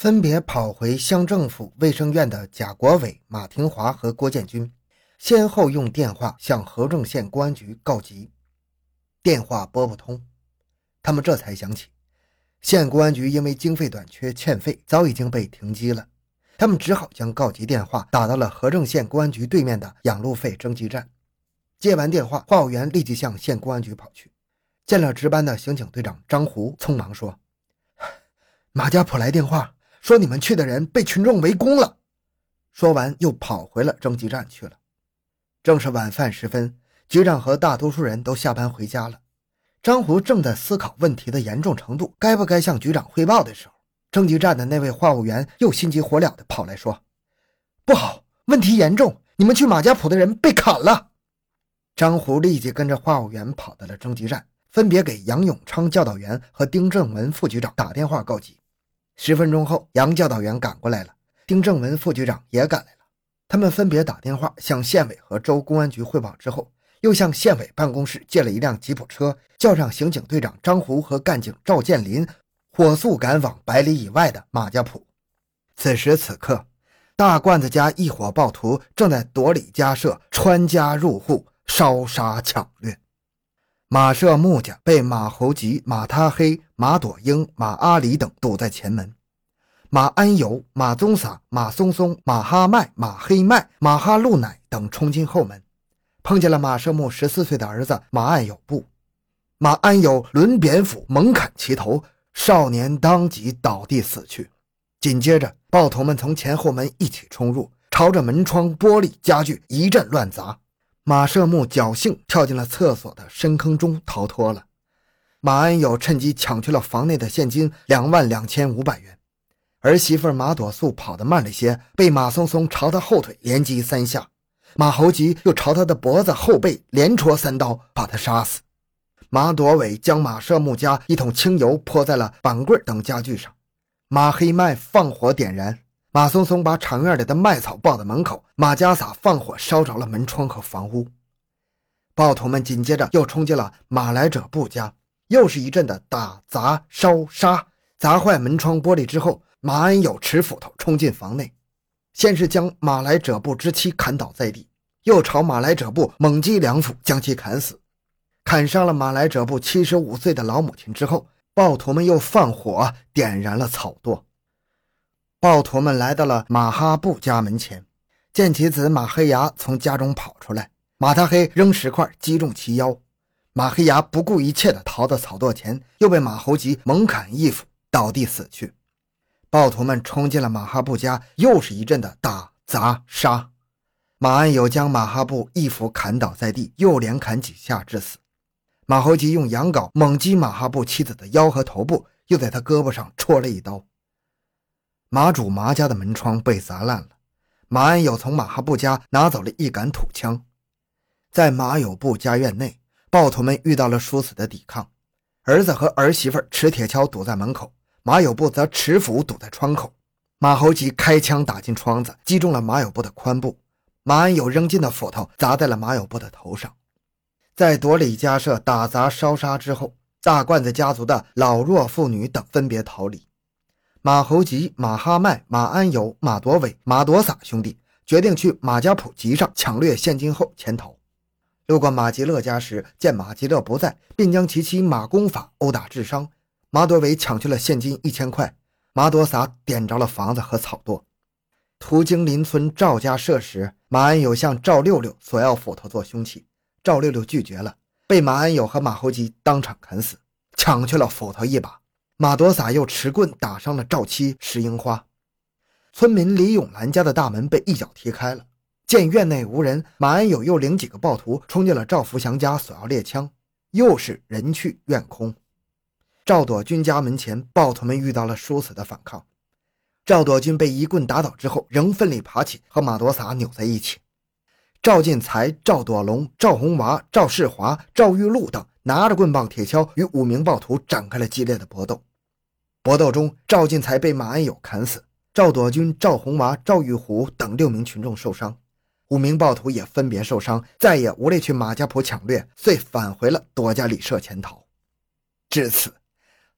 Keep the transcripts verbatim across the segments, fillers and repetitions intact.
分别跑回乡政府卫生院的贾国伟、马廷华和郭建军，先后用电话向和正县公安局告急。电话拨不通，他们这才想起县公安局因为经费短缺欠费早已经被停机了，他们只好将告急电话打到了和正县公安局对面的养路费征集站。接完电话，话务员立即向县公安局跑去，见了值班的刑警队长张胡，匆忙说：马家堡来电话说你们去的人被群众围攻了。说完又跑回了征集站去了。正是晚饭时分，局长和大多数人都下班回家了。张胡正在思考问题的严重程度，该不该向局长汇报的时候，征集站的那位话务员又心急火燎地跑来说：不好，问题严重，你们去马家堡的人被砍了。张胡立即跟着话务员跑到了征集站，分别给杨永昌教导员和丁正文副局长打电话告急。十分钟后，杨教导员赶过来了，丁正文副局长也赶来了。他们分别打电话向县委和州公安局汇报之后，又向县委办公室借了一辆吉普车，叫上刑警队长张胡和干警赵建林，火速赶往百里以外的马家堡。此时此刻，大罐子家一伙暴徒正在夺里家舍，穿家入户，烧杀抢掠。马舍木家被马侯吉、马他黑、马朵英、马阿里等堵在前门，马安友、马宗撒、马松松、马哈迈、马黑迈、马哈路乃等冲进后门，碰见了马舍木十四岁的儿子马安友部。马安友抡扁斧猛砍其头，少年当即倒地死去。紧接着暴徒们从前后门一起冲入，朝着门窗玻璃家具一阵乱砸。马舍木侥幸跳进了厕所的深坑中逃脱了。马安友趁机抢去了房内的现金两万两千五百元，儿媳妇马朵素跑得慢了些，被马松松朝他后腿连击三下，马侯吉又朝他的脖子后背连戳三刀，把他杀死。马朵伟将马舍木家一桶清油泼在了板柜等家具上，马黑迈放火点燃，马松松把场院里的麦草抱到门口，马家撒放火烧着了门窗和房屋。暴徒们紧接着又冲进了马来者部家，又是一阵的打砸烧杀，砸坏门窗玻璃之后，马安友持斧头冲进房内，先是将马来者部之妻砍倒在地，又朝马来者部猛击两斧将其砍死。砍伤了马来者部七十五岁的老母亲之后，暴徒们又放火点燃了草垛。暴徒们来到了马哈布家门前，见其子马黑牙从家中跑出来，马他黑扔石块击中其腰，马黑牙不顾一切地逃到草垛前，又被马侯吉猛砍一斧倒地死去。暴徒们冲进了马哈布家，又是一阵的打砸杀。马安友将马哈布一斧砍倒在地，又连砍几下致死。马侯吉用羊镐猛击马哈布妻子的腰和头部，又在他胳膊上戳了一刀。马主马家的门窗被砸烂了，马安友从马哈布家拿走了一杆土枪。在马友部家院内，暴徒们遇到了殊死的抵抗，儿子和儿媳妇持铁锹堵在门口，马友部则持斧堵在窗口。马侯吉开枪打进窗子，击中了马友部的髋部，马安友扔进的斧头砸在了马友部的头上。在夺里家舍打砸烧杀之后，大罐子家族的老弱妇女等分别逃离。马侯吉、马哈迈、马安友、马朵伟、马朵撒兄弟决定去马家堡集上抢掠现金后潜逃。路过马吉乐家时，见马吉乐不在，便将其妻马公法殴打致伤。马朵伟抢去了现金一千块，马朵撒点着了房子和草垛。途经邻村赵家舍时，马安友向赵六六索要斧头做凶器，赵六六拒绝了，被马安友和马侯吉当场砍死，抢去了斧头一把。马朵撒又持棍打伤了赵妻石樱花。村民李永兰家的大门被一脚踢开了，见院内无人，马安友又领几个暴徒冲进了赵福祥家索要猎枪，又是人去院空。赵朵军家门前，暴徒们遇到了殊死的反抗。赵朵军被一棍打倒之后，仍奋力爬起，和马朵撒扭在一起。赵进才、赵朵龙、赵红娃、赵世华、赵玉禄等拿着棍棒铁锹与五名暴徒展开了激烈的搏斗。搏斗中，赵进才被马安友砍死，赵朵军、赵红娃、赵玉虎等六名群众受伤，五名暴徒也分别受伤，再也无力去马家堡抢掠，遂返回了朵家里舍潜逃。至此，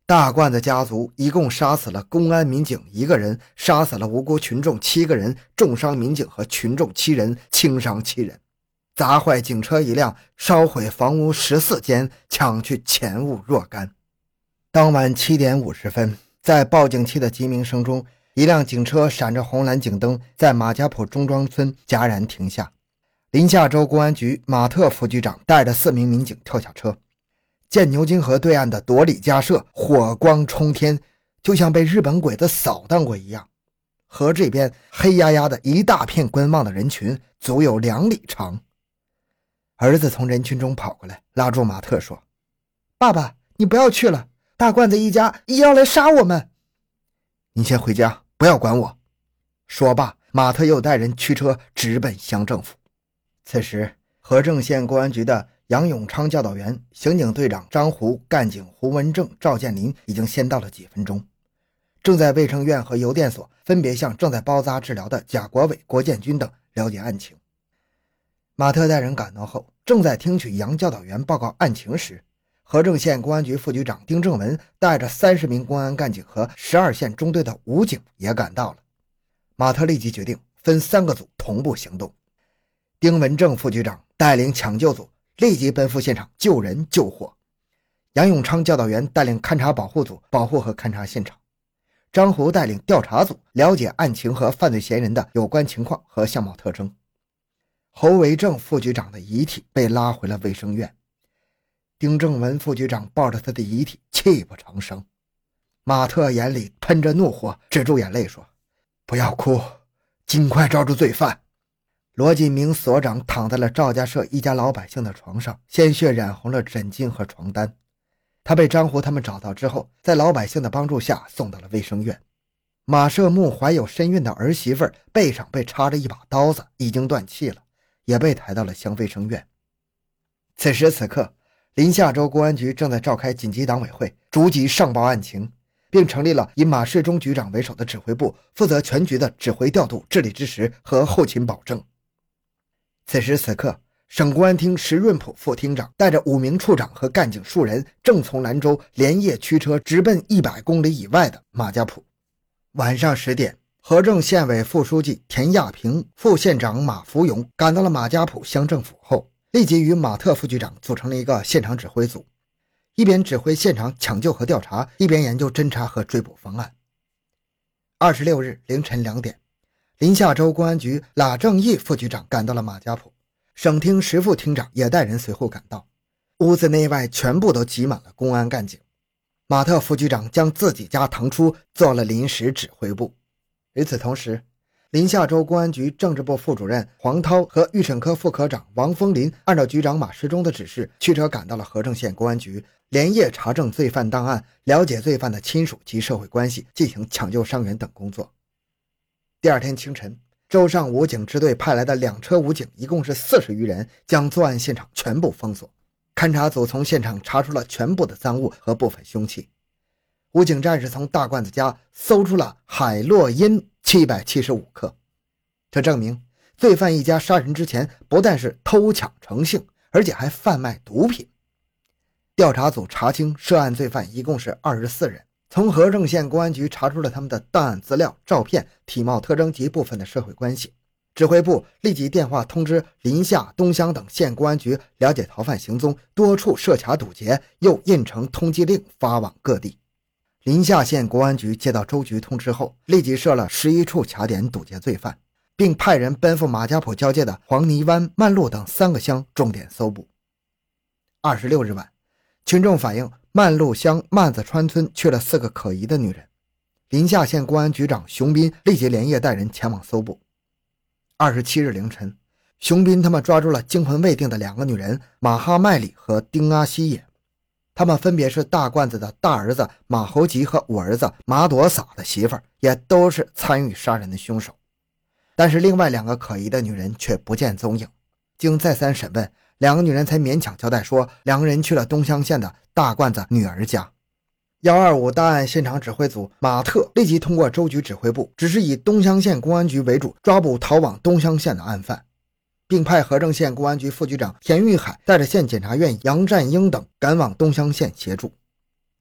大罐子家族一共杀死了公安民警一个人，杀死了无辜群众七个人，重伤民警和群众七人，轻伤七人，砸坏警车一辆，烧毁房屋十四间，抢去钱物若干。当晚七点五十分，在报警器的急鸣声中，一辆警车闪着红蓝警灯在马家堡中庄村戛然停下。临夏州公安局马特副局长带着四名民警跳下车，见牛津河对岸的朵里家社火光冲天，就像被日本鬼子扫荡过一样。河这边黑压压的一大片观望的人群，足有两里长。儿子从人群中跑过来，拉住马特说：“爸爸，你不要去了，大罐子一家一要来杀我们。你先回家，不要管我。”说罢，马特又带人驱车直奔乡政府。此时，和正县公安局的杨永昌教导员、刑警队长张胡、干警胡文正、赵建林已经先到了几分钟，正在卫生院和邮电所分别向正在包扎治疗的贾国伟、郭建军等了解案情。马特带人赶到后，正在听取杨教导员报告案情时，和正县公安局副局长丁正文带着三十名公安干警和十二线中队的武警也赶到了。马特立即决定分三个组同步行动。丁文正副局长带领抢救组立即奔赴现场救人救火，杨永昌教导员带领勘查保护组保护和勘察现场，张胡带领调查组了解案情和犯罪嫌疑人的有关情况和相貌特征。侯维正副局长的遗体被拉回了卫生院，丁正文副局长抱着他的遗体泣不成声。马特眼里喷着怒火，止住眼泪说：“不要哭，尽快抓住罪犯。”罗锦明所长躺在了赵家社一家老百姓的床上，鲜血染红了枕巾和床单。他被张胡他们找到之后，在老百姓的帮助下送到了卫生院。马社木怀有身孕的儿媳妇背上被插着一把刀子，已经断气了，也被抬到了乡卫生院。此时此刻，临夏州公安局正在召开紧急党委会，逐级上报案情，并成立了以马世忠局长为首的指挥部，负责全局的指挥调度、治理支持和后勤保证。此时此刻，省公安厅石润普副厅长带着五名处长和干警数人，正从兰州连夜驱车直奔一百公里以外的马家堡。晚上十点，和正县委副书记田亚平、副县长马福勇赶到了马家堡乡政府后，立即与马特副局长组成了一个现场指挥组，一边指挥现场抢救和调查，一边研究侦查和追捕方案。二十六日凌晨两点，临夏州公安局喇正义副局长赶到了马家堡，省厅石副厅长也带人随后赶到，屋子内外全部都挤满了公安干警。马特副局长将自己家腾出做了临时指挥部。与此同时，临夏州公安局政治部副主任黄涛和预审科副科长王峰林按照局长马世忠的指示，驱车赶到了和正县公安局，连夜查证罪犯档案，了解罪犯的亲属及社会关系，进行抢救伤员等工作。第二天清晨，州上武警支队派来的两车武警，一共是四十余人，将作案现场全部封锁。勘查组从现场查出了全部的赃物和部分凶器。武警战士从大罐子家搜出了海洛因七百七十五克，这证明罪犯一家杀人之前不但是偷抢成性，而且还贩卖毒品。调查组查清涉案罪犯一共是二十四人，从和正县公安局查出了他们的档案资料、照片、体貌特征及部分的社会关系。指挥部立即电话通知临夏、东乡等县公安局了解逃犯行踪，多处设卡堵截，又印成通缉令发往各地。临夏县公安局接到州局通知后，立即设了十一处卡点堵截罪犯，并派人奔赴马家堡交界的黄泥湾、曼路等三个乡重点搜捕。二十六日晚，群众反映曼路乡曼子川村去了四个可疑的女人，临夏县公安局长熊斌立即连夜带人前往搜捕。二十七日凌晨，熊斌他们抓住了惊魂未定的两个女人马哈麦里和丁阿西野，他们分别是大罐子的大儿子马侯吉和五儿子马朵撒的媳妇儿，也都是参与杀人的凶手。但是另外两个可疑的女人却不见踪影，经再三审问，两个女人才勉强交代说两个人去了东乡县的大罐子女儿家。一二五大案现场指挥组马特立即通过州局指挥部指示，以东乡县公安局为主，抓捕逃往东乡县的案犯，并派和正县公安局副局长田玉海带着县检察院杨占英等赶往东乡县协助。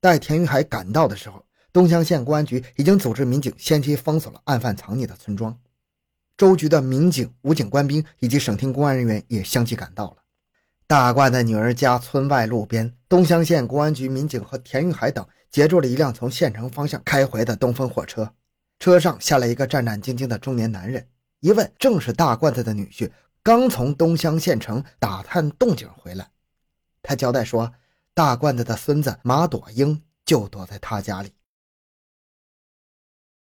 待田玉海赶到的时候，东乡县公安局已经组织民警先期封锁了案犯藏匿的村庄。州局的民警、武警官兵以及省厅公安人员也相继赶到了。大冠的女儿家村外路边，东乡县公安局民警和田玉海等截住了一辆从县城方向开回的东风火车，车上下来一个战战兢兢的中年男人，一问正是大罐子的女婿，刚从东乡县城打探动静回来。他交代说，大罐子的孙子马朵英就躲在他家里。